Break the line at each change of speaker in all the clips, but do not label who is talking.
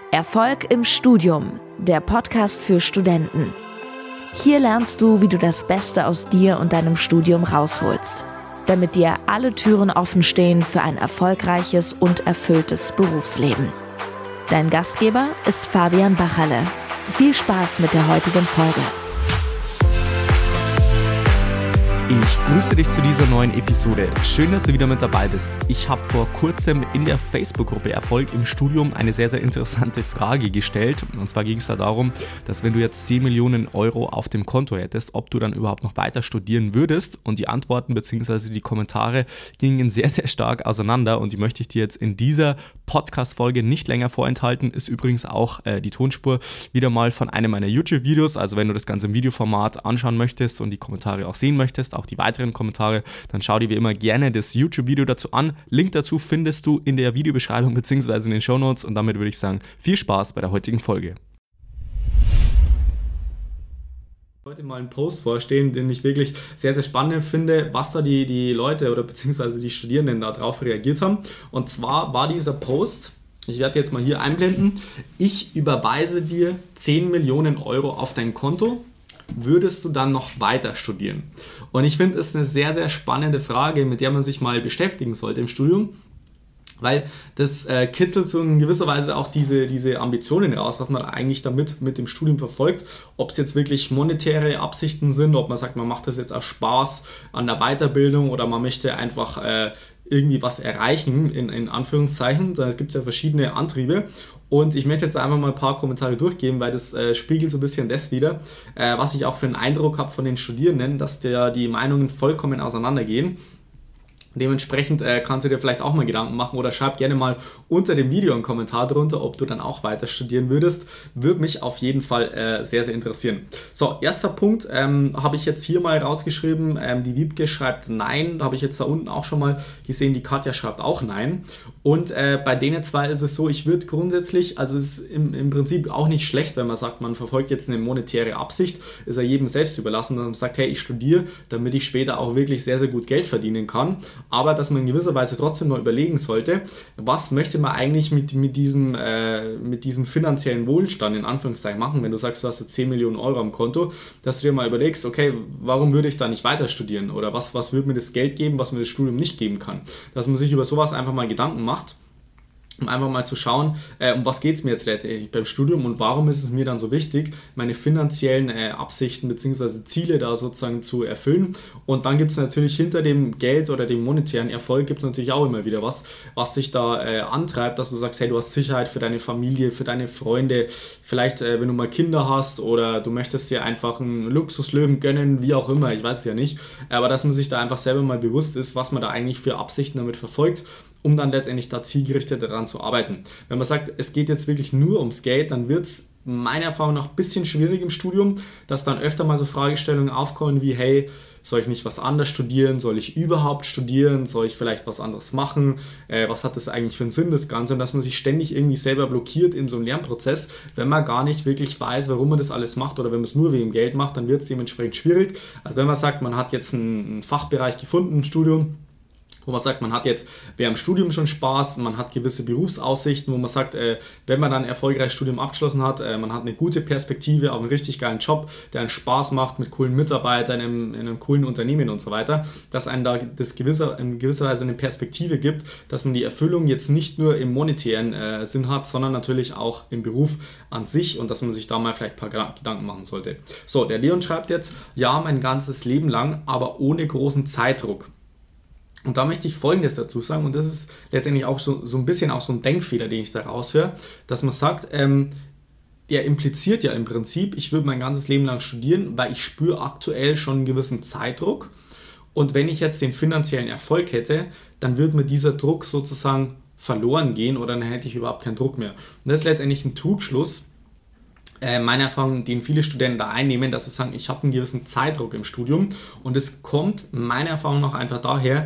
Erfolg im Studium, der Podcast für Studenten. Hier lernst du, wie du das Beste aus dir und deinem Studium rausholst, damit dir alle Türen offen stehen für ein erfolgreiches und erfülltes Berufsleben. Dein Gastgeber ist Fabian Bachalle. Viel Spaß mit der heutigen Folge.
Ich grüße dich zu dieser neuen Episode. Schön, dass du wieder mit dabei bist. Ich habe vor kurzem in der Facebook-Gruppe Erfolg im Studium eine sehr, sehr interessante Frage gestellt. Und zwar ging es da darum, dass wenn du jetzt 10 Millionen Euro auf dem Konto hättest, ob du dann überhaupt noch weiter studieren würdest. Und die Antworten bzw. die Kommentare gingen sehr, sehr stark auseinander. Und die möchte ich dir jetzt in dieser Podcast-Folge nicht länger vorenthalten. Ist übrigens auch die Tonspur wieder mal von einem meiner YouTube-Videos. Also wenn du das Ganze im Videoformat anschauen möchtest und die Kommentare auch sehen möchtest, auch die weiteren Kommentare, dann schau dir wie immer gerne das YouTube-Video dazu an. Link dazu findest du in der Videobeschreibung bzw. in den Shownotes und damit würde ich sagen, viel Spaß bei der heutigen Folge. Heute mal einen Post vorstellen, den ich wirklich sehr, sehr spannend finde, was da die Leute oder beziehungsweise die Studierenden darauf reagiert haben. Und zwar war dieser Post, ich werde jetzt mal hier einblenden, ich überweise dir 10 Millionen Euro auf dein Konto. Würdest du dann noch weiter studieren? Und ich finde, es ist eine sehr, sehr spannende Frage, mit der man sich mal beschäftigen sollte im Studium, weil das kitzelt so in gewisser Weise auch diese Ambitionen raus, was man eigentlich damit mit dem Studium verfolgt. Ob es jetzt wirklich monetäre Absichten sind, ob man sagt, man macht das jetzt aus Spaß an der Weiterbildung oder man möchte einfach irgendwie was erreichen, in Anführungszeichen. Es gibt ja verschiedene Antriebe. Und ich möchte jetzt einfach mal ein paar Kommentare durchgeben, weil das spiegelt so ein bisschen das wider, was ich auch für einen Eindruck habe von den Studierenden, dass die Meinungen vollkommen auseinandergehen. Dementsprechend kannst du dir vielleicht auch mal Gedanken machen oder schreib gerne mal unter dem Video einen Kommentar drunter, ob du dann auch weiter studieren würdest. Würde mich auf jeden Fall sehr, sehr interessieren. So, erster Punkt habe ich jetzt hier mal rausgeschrieben. Die Wiebke schreibt Nein. Da habe ich jetzt da unten auch schon mal gesehen, die Katja schreibt auch Nein. Und bei denen zwei ist es so, ich würde grundsätzlich, also es ist im Prinzip auch nicht schlecht, wenn man sagt, man verfolgt jetzt eine monetäre Absicht, ist ja jedem selbst überlassen, dass man sagt, hey, ich studiere, damit ich später auch wirklich sehr, sehr gut Geld verdienen kann. Aber dass man in gewisser Weise trotzdem mal überlegen sollte, was möchte man eigentlich mit diesem finanziellen Wohlstand in Anführungszeichen machen, wenn du sagst, du hast jetzt 10 Millionen Euro am Konto, dass du dir mal überlegst, okay, warum würde ich da nicht weiter studieren oder was würde mir das Geld geben, was mir das Studium nicht geben kann. Dass man sich über sowas einfach mal Gedanken macht, um einfach mal zu schauen, um was geht es mir jetzt letztendlich beim Studium und warum ist es mir dann so wichtig, meine finanziellen Absichten bzw. Ziele da sozusagen zu erfüllen. Und dann gibt es natürlich hinter dem Geld oder dem monetären Erfolg gibt es natürlich auch immer wieder was sich da antreibt, dass du sagst, hey, du hast Sicherheit für deine Familie, für deine Freunde, vielleicht wenn du mal Kinder hast oder du möchtest dir einfach ein Luxusleben gönnen, wie auch immer, ich weiß es ja nicht, aber dass man sich da einfach selber mal bewusst ist, was man da eigentlich für Absichten damit verfolgt, um dann letztendlich da zielgerichtet daran zu arbeiten. Wenn man sagt, es geht jetzt wirklich nur ums Geld, dann wird es meiner Erfahrung nach ein bisschen schwierig im Studium, dass dann öfter mal so Fragestellungen aufkommen wie, hey, soll ich nicht was anderes studieren? Soll ich überhaupt studieren? Soll ich vielleicht was anderes machen? Was hat das eigentlich für einen Sinn, das Ganze? Und dass man sich ständig irgendwie selber blockiert in so einem Lernprozess, wenn man gar nicht wirklich weiß, warum man das alles macht oder wenn man es nur wegen Geld macht, dann wird es dementsprechend schwierig. Also wenn man sagt, man hat jetzt einen Fachbereich gefunden im Studium, wo man sagt, man hat jetzt während dem Studium schon Spaß, man hat gewisse Berufsaussichten, wo man sagt, wenn man dann ein erfolgreiches Studium abgeschlossen hat, man hat eine gute Perspektive auf einen richtig geilen Job, der einen Spaß macht mit coolen Mitarbeitern in einem coolen Unternehmen und so weiter, dass einem da das in gewisser Weise eine Perspektive gibt, dass man die Erfüllung jetzt nicht nur im monetären Sinn hat, sondern natürlich auch im Beruf an sich und dass man sich da mal vielleicht ein paar Gedanken machen sollte. So, der Leon schreibt jetzt, ja, mein ganzes Leben lang, aber ohne großen Zeitdruck. Und da möchte ich Folgendes dazu sagen, und das ist letztendlich auch so ein bisschen auch so ein Denkfehler, den ich da raushöre, dass man sagt, der impliziert ja im Prinzip, ich würde mein ganzes Leben lang studieren, weil ich spüre aktuell schon einen gewissen Zeitdruck. Und wenn ich jetzt den finanziellen Erfolg hätte, dann würde mir dieser Druck sozusagen verloren gehen oder dann hätte ich überhaupt keinen Druck mehr. Und das ist letztendlich ein Trugschluss, meine Erfahrung, den viele Studenten da einnehmen, dass sie sagen, ich habe einen gewissen Zeitdruck im Studium und es kommt meiner Erfahrung nach einfach daher,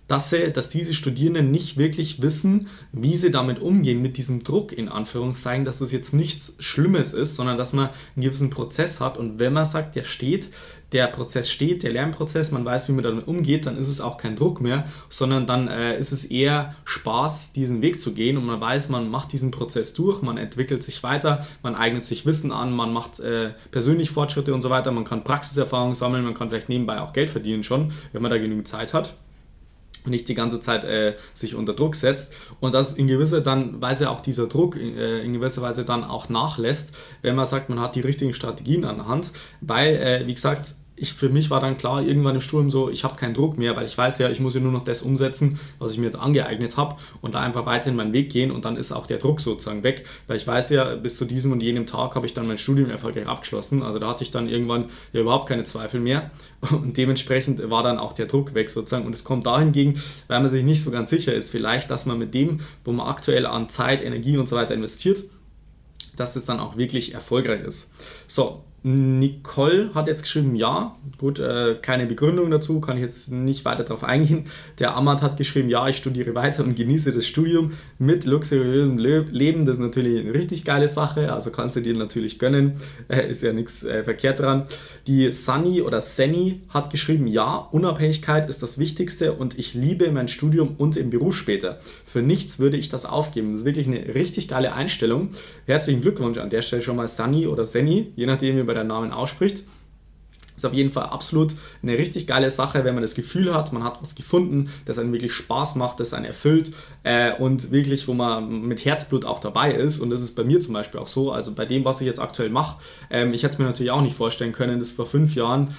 dass diese Studierenden nicht wirklich wissen, wie sie damit umgehen, mit diesem Druck in Anführungszeichen, dass es jetzt nichts Schlimmes ist, sondern dass man einen gewissen Prozess hat und wenn man sagt, der Prozess steht, der Lernprozess, man weiß, wie man damit umgeht, dann ist es auch kein Druck mehr, sondern dann ist es eher Spaß, diesen Weg zu gehen und man weiß, man macht diesen Prozess durch, man entwickelt sich weiter, man eignet sich Wissen an, man macht persönlich Fortschritte und so weiter, man kann Praxiserfahrung sammeln, man kann vielleicht nebenbei auch Geld verdienen schon, wenn man da genügend Zeit hat. Und nicht die ganze Zeit sich unter Druck setzt und dass in gewisser Weise auch dieser Druck in gewisser Weise dann auch nachlässt, wenn man sagt, man hat die richtigen Strategien an der Hand, weil, wie gesagt, für mich war dann klar, irgendwann im Studium so, ich habe keinen Druck mehr, weil ich weiß ja, ich muss ja nur noch das umsetzen, was ich mir jetzt angeeignet habe und da einfach weiterhin meinen Weg gehen und dann ist auch der Druck sozusagen weg, weil ich weiß ja, bis zu diesem und jenem Tag habe ich dann mein Studium erfolgreich abgeschlossen, also da hatte ich dann irgendwann ja überhaupt keine Zweifel mehr und dementsprechend war dann auch der Druck weg sozusagen und es kommt dahingegen, weil man sich nicht so ganz sicher ist, vielleicht, dass man mit dem, wo man aktuell an Zeit, Energie und so weiter investiert, dass es dann auch wirklich erfolgreich ist. So, Nicole hat jetzt geschrieben, ja, gut, keine Begründung dazu, kann ich jetzt nicht weiter darauf eingehen. Der Ahmad hat geschrieben, ja, ich studiere weiter und genieße das Studium mit luxuriösem Leben. Das ist natürlich eine richtig geile Sache, also kannst du dir natürlich gönnen, ist ja nichts verkehrt dran. Die Sunny oder Senny hat geschrieben, ja, Unabhängigkeit ist das Wichtigste und ich liebe mein Studium und im Beruf später. Für nichts würde ich das aufgeben. Das ist wirklich eine richtig geile Einstellung. Herzlichen Glückwunsch an der Stelle schon mal Sunny oder Senny, je nachdem, wie man den Namen ausspricht. Ist auf jeden Fall absolut eine richtig geile Sache, wenn man das Gefühl hat, man hat was gefunden, das einen wirklich Spaß macht, das einen erfüllt und wirklich, wo man mit Herzblut auch dabei ist. Und das ist bei mir zum Beispiel auch so, also bei dem, was ich jetzt aktuell mache. Ich hätte es mir natürlich auch nicht vorstellen können, das vor 5 Jahren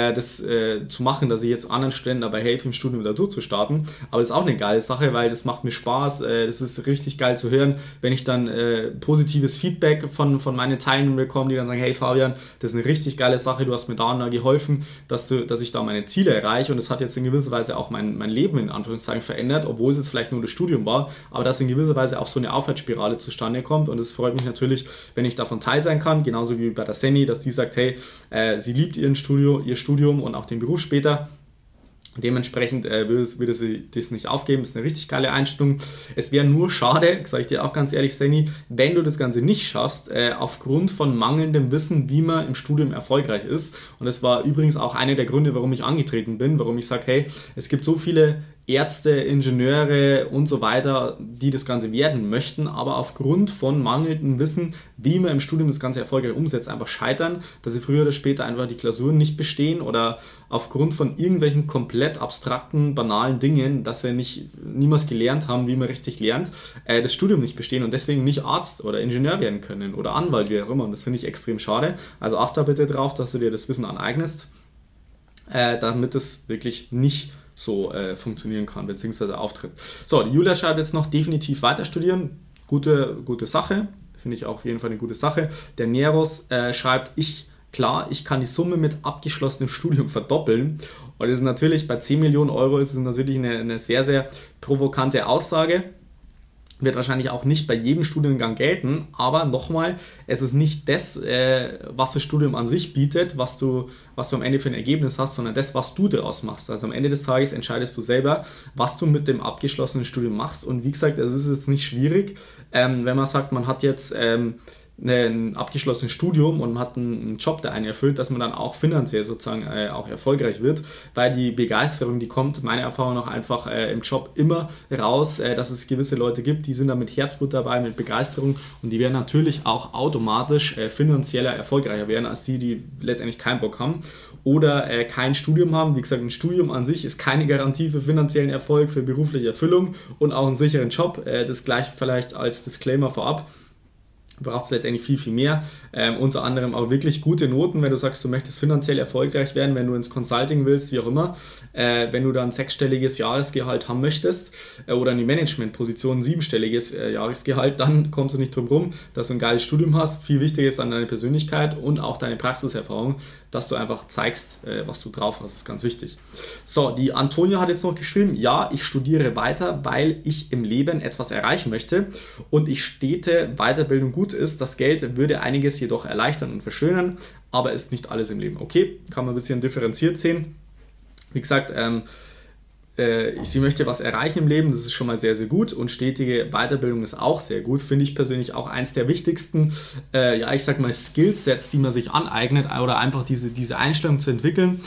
zu machen, dass ich jetzt anderen Studenten dabei helfe, im Studium da durchzustarten. Aber das ist auch eine geile Sache, weil das macht mir Spaß. Das ist richtig geil zu hören, wenn ich dann positives Feedback von meinen Teilnehmern bekomme, die dann sagen, hey Fabian, das ist eine richtig geile Sache, du hast mir da und da geholfen, dass ich da meine Ziele erreiche und das hat jetzt in gewisser Weise auch mein Leben in Anführungszeichen verändert, obwohl es jetzt vielleicht nur das Studium war, aber dass in gewisser Weise auch so eine Aufwärtsspirale zustande kommt und es freut mich natürlich, wenn ich davon Teil sein kann, genauso wie bei der Senny, dass die sagt, hey, sie liebt ihr Studium und auch den Beruf später. Dementsprechend würde sie das nicht aufgeben, das ist eine richtig geile Einstellung. Es wäre nur schade, sage ich dir auch ganz ehrlich, Senny, wenn du das Ganze nicht schaffst, aufgrund von mangelndem Wissen, wie man im Studium erfolgreich ist. Und das war übrigens auch einer der Gründe, warum ich angetreten bin, warum ich sage, hey, es gibt so viele Ärzte, Ingenieure und so weiter, die das Ganze werden möchten, aber aufgrund von mangelndem Wissen, wie man im Studium das Ganze erfolgreich umsetzt, einfach scheitern, dass sie früher oder später einfach die Klausuren nicht bestehen oder aufgrund von irgendwelchen komplett abstrakten, banalen Dingen, dass sie niemals gelernt haben, wie man richtig lernt, das Studium nicht bestehen und deswegen nicht Arzt oder Ingenieur werden können oder Anwalt, wie auch immer. Und das finde ich extrem schade. Also achte bitte drauf, dass du dir das Wissen aneignest, damit es wirklich nicht so funktionieren kann, beziehungsweise auftritt. So, die Julia schreibt jetzt noch, definitiv weiter studieren. Gute Sache, finde ich auch auf jeden Fall eine gute Sache. Der Neros schreibt, ich kann die Summe mit abgeschlossenem Studium verdoppeln. Und das ist natürlich, bei 10 Millionen Euro ist es natürlich eine sehr, sehr provokante Aussage. Wird wahrscheinlich auch nicht bei jedem Studiengang gelten, aber nochmal, es ist nicht das, was das Studium an sich bietet, was du am Ende für ein Ergebnis hast, sondern das, was du daraus machst. Also am Ende des Tages entscheidest du selber, was du mit dem abgeschlossenen Studium machst und wie gesagt, es ist jetzt nicht schwierig, wenn man sagt, man hat jetzt ein abgeschlossenes Studium und man hat einen Job, der einen erfüllt, dass man dann auch finanziell sozusagen auch erfolgreich wird, weil die Begeisterung, die kommt meiner Erfahrung nach einfach im Job immer raus, dass es gewisse Leute gibt, die sind da mit Herzblut dabei, mit Begeisterung und die werden natürlich auch automatisch finanzieller erfolgreicher werden als die letztendlich keinen Bock haben oder kein Studium haben. Wie gesagt, ein Studium an sich ist keine Garantie für finanziellen Erfolg, für berufliche Erfüllung und auch einen sicheren Job. Das gleich vielleicht als Disclaimer vorab. Braucht es letztendlich viel, viel mehr. Unter anderem auch wirklich gute Noten, wenn du sagst, du möchtest finanziell erfolgreich werden, wenn du ins Consulting willst, wie auch immer. Wenn du dann 6-stelliges Jahresgehalt haben möchtest oder in die Managementposition 7-stelliges Jahresgehalt, dann kommst du nicht drum rum, dass du ein geiles Studium hast. Viel wichtiger ist dann deine Persönlichkeit und auch deine Praxiserfahrung, dass du einfach zeigst, was du drauf hast. Das ist ganz wichtig. So, die Antonia hat jetzt noch geschrieben, ja, ich studiere weiter, weil ich im Leben etwas erreichen möchte und ich stete Weiterbildung gut ist. Das Geld würde einiges jedoch erleichtern und verschönern, aber ist nicht alles im Leben. Okay, kann man ein bisschen differenziert sehen. Wie gesagt, sie möchte was erreichen im Leben, das ist schon mal sehr, sehr gut, und stetige Weiterbildung ist auch sehr gut, finde ich persönlich auch eins der wichtigsten, Skillsets, die man sich aneignet, oder einfach diese Einstellung zu entwickeln.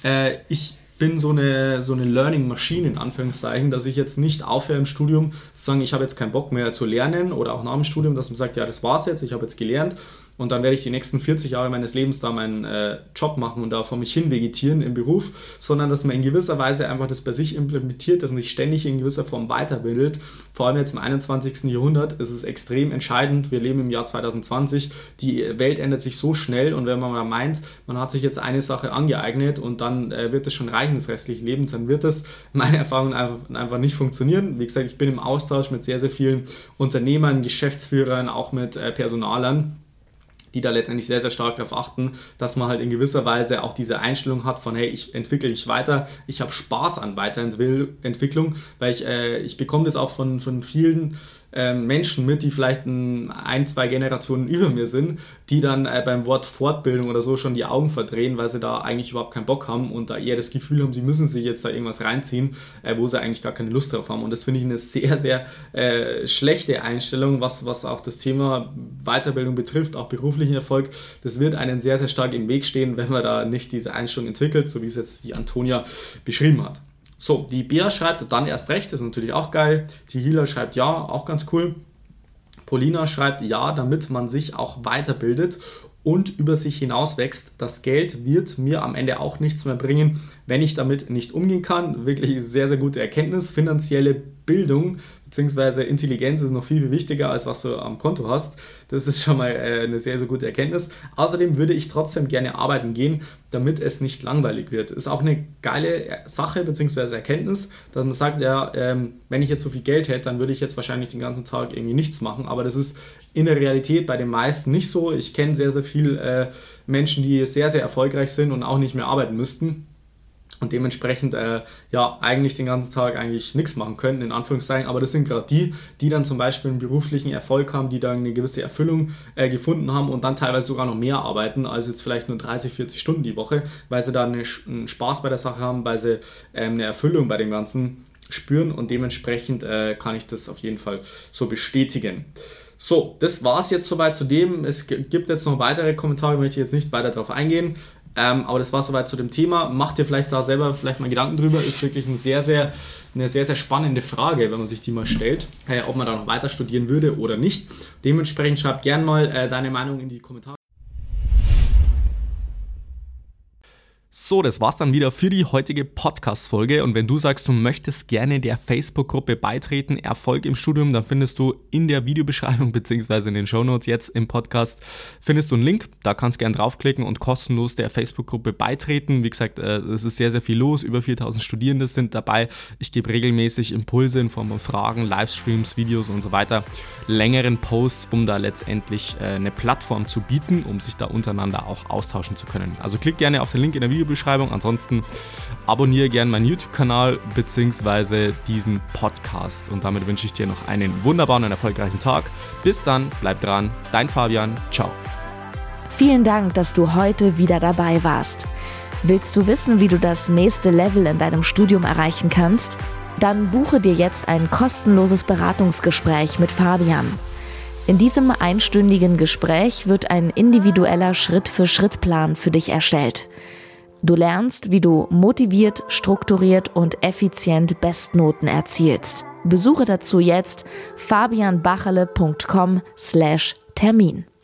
Ich bin so eine Learning Machine in Anführungszeichen, dass ich jetzt nicht aufhöre im Studium zu sagen, ich habe jetzt keinen Bock mehr zu lernen, oder auch nach dem Studium, dass man sagt, ja, das war's jetzt, ich habe jetzt gelernt und dann werde ich die nächsten 40 Jahre meines Lebens da meinen Job machen und da vor mich hin vegetieren im Beruf, sondern dass man in gewisser Weise einfach das bei sich implementiert, dass man sich ständig in gewisser Form weiterbildet. Vor allem jetzt im 21. Jahrhundert ist es extrem entscheidend. Wir leben im Jahr 2020, die Welt ändert sich so schnell, und wenn man mal meint, man hat sich jetzt eine Sache angeeignet und dann wird es schon reichen des restlichen Lebens, dann wird das meiner Erfahrung einfach nicht funktionieren. Wie gesagt, ich bin im Austausch mit sehr, sehr vielen Unternehmern, Geschäftsführern, auch mit Personalern, die da letztendlich sehr, sehr stark darauf achten, dass man halt in gewisser Weise auch diese Einstellung hat von, hey, ich entwickle mich weiter, ich habe Spaß an Weiterentwicklung, weil ich bekomme das auch von vielen Menschen mit, die vielleicht ein, zwei Generationen über mir sind, die dann beim Wort Fortbildung oder so schon die Augen verdrehen, weil sie da eigentlich überhaupt keinen Bock haben und da eher das Gefühl haben, sie müssen sich jetzt da irgendwas reinziehen, wo sie eigentlich gar keine Lust drauf haben. Und das finde ich eine sehr, sehr schlechte Einstellung, was auch das Thema Weiterbildung betrifft, auch beruflichen Erfolg. Das wird einen sehr, sehr stark im Weg stehen, wenn man da nicht diese Einstellung entwickelt, so wie es jetzt die Antonia beschrieben hat. So, die Bea schreibt dann erst recht, das ist natürlich auch geil. Die Hila schreibt ja, auch ganz cool. Paulina schreibt ja, damit man sich auch weiterbildet und über sich hinaus wächst. Das Geld wird mir am Ende auch nichts mehr bringen, wenn ich damit nicht umgehen kann. Wirklich sehr, sehr gute Erkenntnis. Finanzielle Bildung bzw. Intelligenz ist noch viel, viel wichtiger, als was du am Konto hast. Das ist schon mal eine sehr, sehr gute Erkenntnis. Außerdem würde ich trotzdem gerne arbeiten gehen, damit es nicht langweilig wird. Ist auch eine geile Sache bzw. Erkenntnis, dass man sagt, ja, wenn ich jetzt so viel Geld hätte, dann würde ich jetzt wahrscheinlich den ganzen Tag irgendwie nichts machen. Aber das ist in der Realität bei den meisten nicht so. Ich kenne sehr, sehr viele Menschen, die sehr, sehr erfolgreich sind und auch nicht mehr arbeiten müssten. Und dementsprechend eigentlich den ganzen Tag eigentlich nichts machen können, in Anführungszeichen. Aber das sind gerade die dann zum Beispiel einen beruflichen Erfolg haben, die dann eine gewisse Erfüllung gefunden haben und dann teilweise sogar noch mehr arbeiten, als jetzt vielleicht nur 30, 40 Stunden die Woche, weil sie da einen Spaß bei der Sache haben, weil sie eine Erfüllung bei dem Ganzen spüren, und dementsprechend kann ich das auf jeden Fall so bestätigen. So, das war es jetzt soweit zu dem. Es gibt jetzt noch weitere Kommentare, möchte ich jetzt nicht weiter darauf eingehen. Aber das war soweit zu dem Thema. Macht dir vielleicht da selber mal Gedanken drüber. Ist wirklich eine sehr, sehr spannende Frage, wenn man sich die mal stellt, ob man da noch weiter studieren würde oder nicht. Dementsprechend schreib gerne mal deine Meinung in die Kommentare. So, das war's dann wieder für die heutige Podcast-Folge, und wenn du sagst, du möchtest gerne der Facebook-Gruppe beitreten, Erfolg im Studium, dann findest du in der Videobeschreibung bzw. in den Shownotes jetzt im Podcast findest du einen Link, da kannst du gerne draufklicken und kostenlos der Facebook-Gruppe beitreten. Wie gesagt, es ist sehr, sehr viel los, über 4000 Studierende sind dabei. Ich gebe regelmäßig Impulse in Form von Fragen, Livestreams, Videos und so weiter, längeren Posts, um da letztendlich eine Plattform zu bieten, um sich da untereinander auch austauschen zu können. Also klick gerne auf den Link in der Videobeschreibung. Ansonsten abonniere gerne meinen YouTube-Kanal bzw. diesen Podcast, und damit wünsche ich dir noch einen wunderbaren und erfolgreichen Tag. Bis dann, bleib dran, dein Fabian, ciao.
Vielen Dank, dass du heute wieder dabei warst. Willst du wissen, wie du das nächste Level in deinem Studium erreichen kannst? Dann buche dir jetzt ein kostenloses Beratungsgespräch mit Fabian. In diesem einstündigen Gespräch wird ein individueller Schritt-für-Schritt-Plan für dich erstellt. Du lernst, wie du motiviert, strukturiert und effizient Bestnoten erzielst. Besuche dazu jetzt fabianbachele.com/Termin.